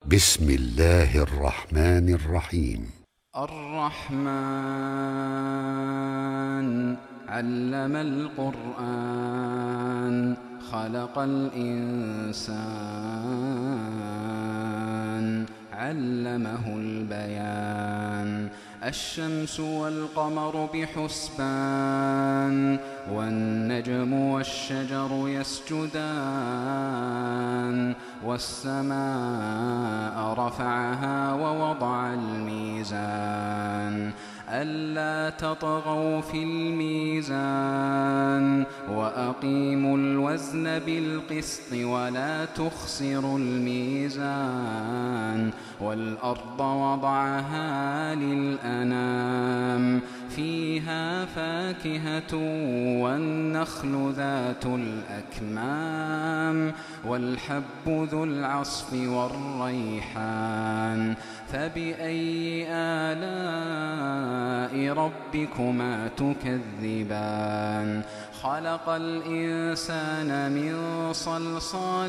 بسم الله الرحمن الرحيم. الرحمن علم القرآن خلق الإنسان علمه البيان. الشمس والقمر بحسبان والنجم والشجر يسجدان والسماء رفعها ووضع الميزان ألا تطغوا في الميزان وأقيموا الوزن بالقسط ولا تخسروا الميزان والأرض وضعها للأنام فيها فاكهة والنخل ذات الأكمام والحب ذو العصف والريحان فبأي آلاء ربكما تكذبان. خلق الإنسان من صلصال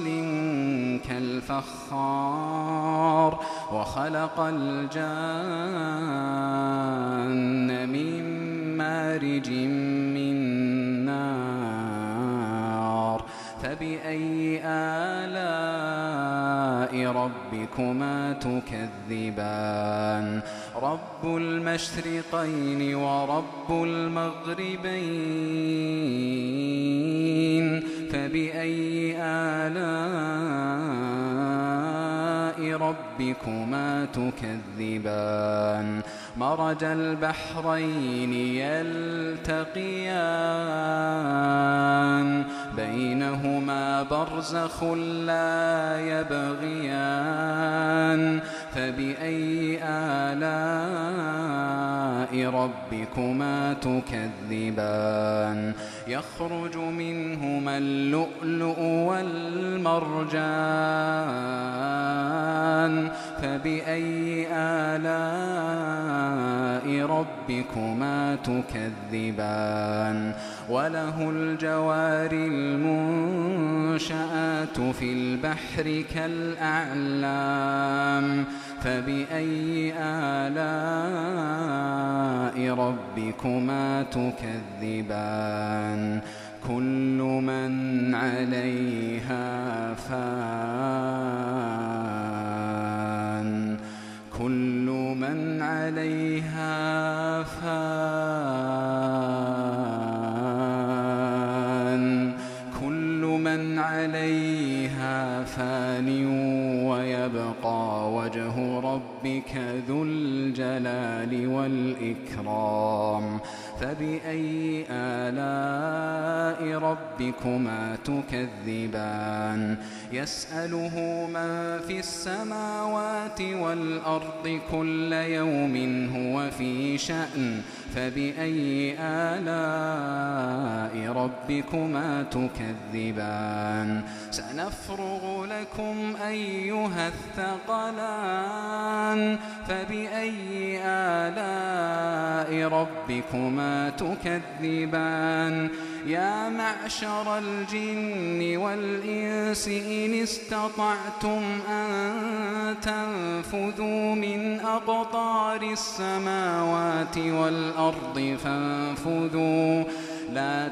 كالفخار وخلق الجان من مارج من نار فبأي آلاء ربكما تكذبان. رب المشرقين ورب المغربين فبأي آلاء ربكما تكذبان. مرج البحرين يلتقيان بينهما برزخ لا يبغيان فبأي آلاء ربكما تكذبان. يخرج منهما اللؤلؤ والمرجان فبأي آلاء ربكما تكذبان. وله الجوار المنشآت في البحر كالأعلام فبأي آلاء ربكما تكذبان. كل من عليها فان كل من عليها فان كل من عليها فان ويبقى وجه ربك ذو الجلال والإكرام فبأي آلاء ربكما تكذبان. يسأله من في السماوات والأرض كل يوم هو في شأن فبأي آلاء ربكما تكذبان. سنفرغ لكم أيها الثقلان فبأي آلاء ربكما تكذبان. يا معشر الجن والإنس إن استطعتم أن تنفذوا من أقطار السماوات والأرض فانفذوا لا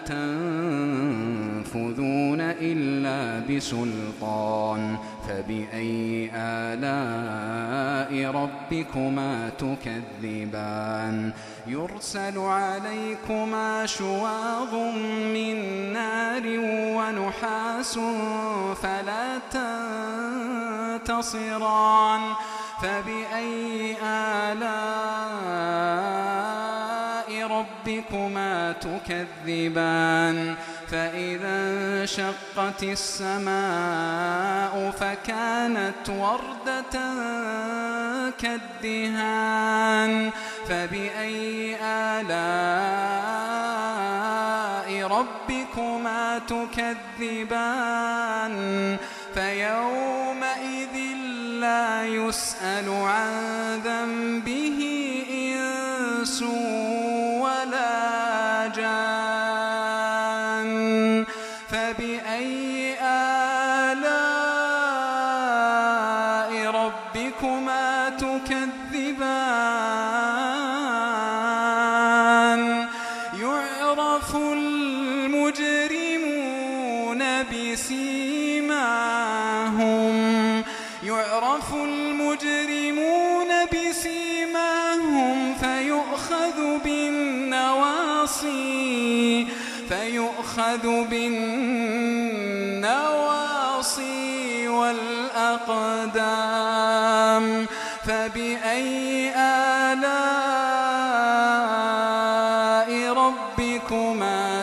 تنفذون إلا بسلطان فبأي آلاء ربكما تكذبان. يرسل عليكما شواظ من نار ونحاس فلا تنتصران فبأي آلاء ربكما تكذبان. فإذا انشقت السماء فكانت وردة كالدهان فبأي آلاء ربكما تكذبان. فيومئذ لا يسأل عن ذنبه إنس ولا جان فبأي آلاء ربكما تكذبان يعرف المجرمون بسيماهم فيؤخذ بالنواصي والأقدام فبأي آلاء ربكما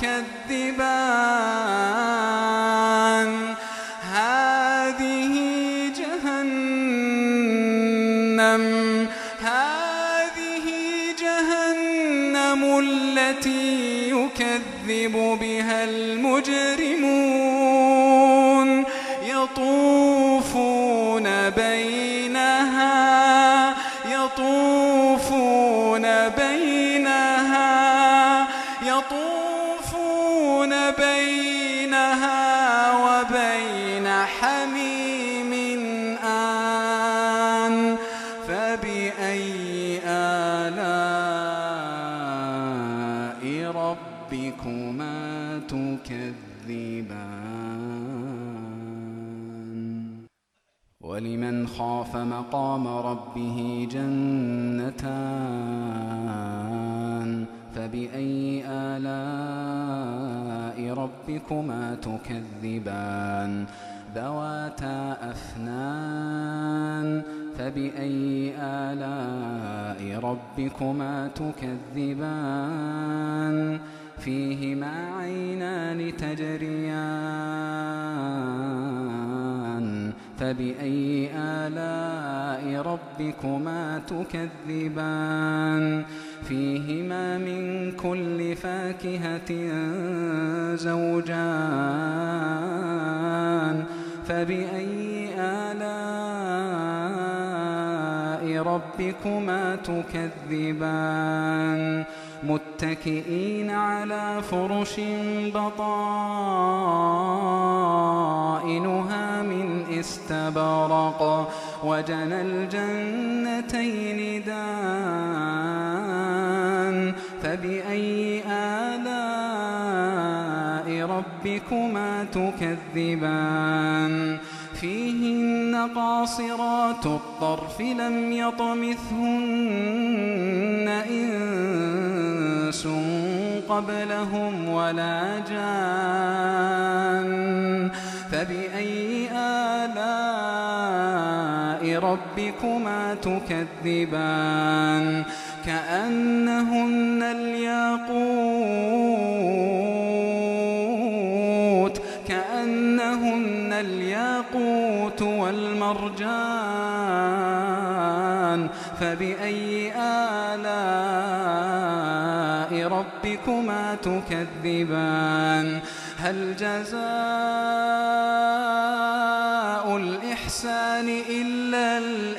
تكذبان هذه جهنم التي يكذب بها المجرمون يطوفون بينها وبين حميم آن فبأي آلاء ربكما تكذبان ولمن خاف مقام ربه جنتان فبأي آلاء ربكما تكذبان ذواتا أفنان فبأي آلاء ربكما تكذبان فيهما عينان تجريان فبأي آلاء ربكما تكذبان فيهما من كل فاكهة زوجان فبأي آلاء ربكما تكذبان متكئين على فرش بطائنها من استبرق وجنى الجنتين دان فبأي آلاء ربكما تكذبان فيهن قاصرات الطرف لم يطمثهن إنس قبلهم ولا جان فبأي آلاء ربكما تكذبان كأنهن الياقوت والمرجان فبأي آلاء ربكما تكذبان هل جزاء الإحسان إلا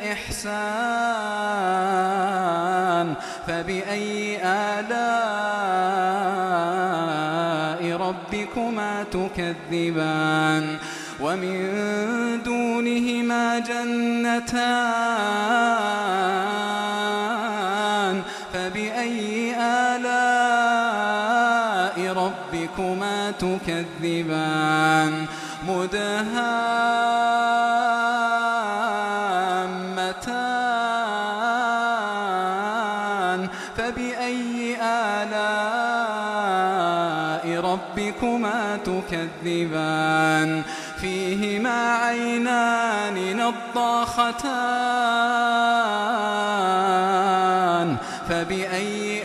الإحسان فبأي آلاء ربكما تكذبان ومن دونهما جنتان فبأي آلاء ربكما تكذبان مدهامتان فبأي آلاء ربكما تكذبان فيهما عينان نضاختان فبأي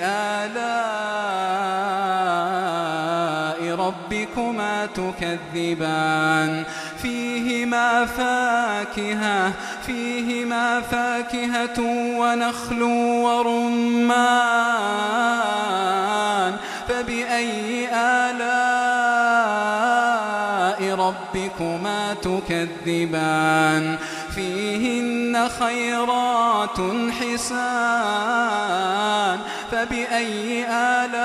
آلاء ربكما تكذبان فيهما فاكهة ونخل ورمان فبأي آلاء ربكما تكذبان فيهن خيرات حسان فبأي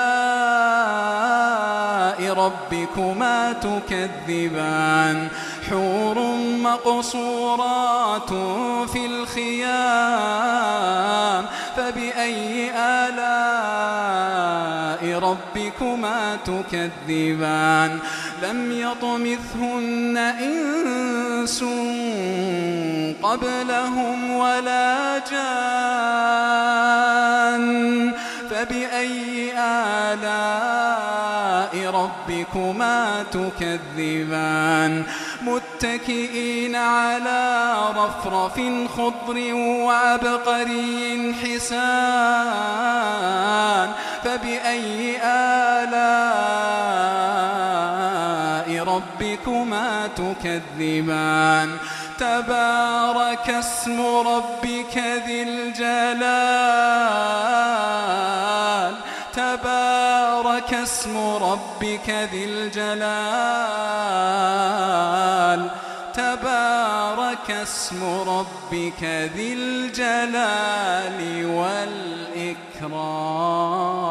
آلاء ربكما تكذبان حور مقصورات في الخيام فبأي آلاء ربكما تكذبان لم يطمثهن إنس قبلهم ولا جان فبأي آلاء ربكما تكذبان متكئين على رفرف خضر وعبقري حسان فبأي آلاء ربكما تكذبان تبارك اسم ربك ذي الجلال تبارك اسم ربك ذي الجلال تبارك اسم ربك ذي الجلال والإكرام.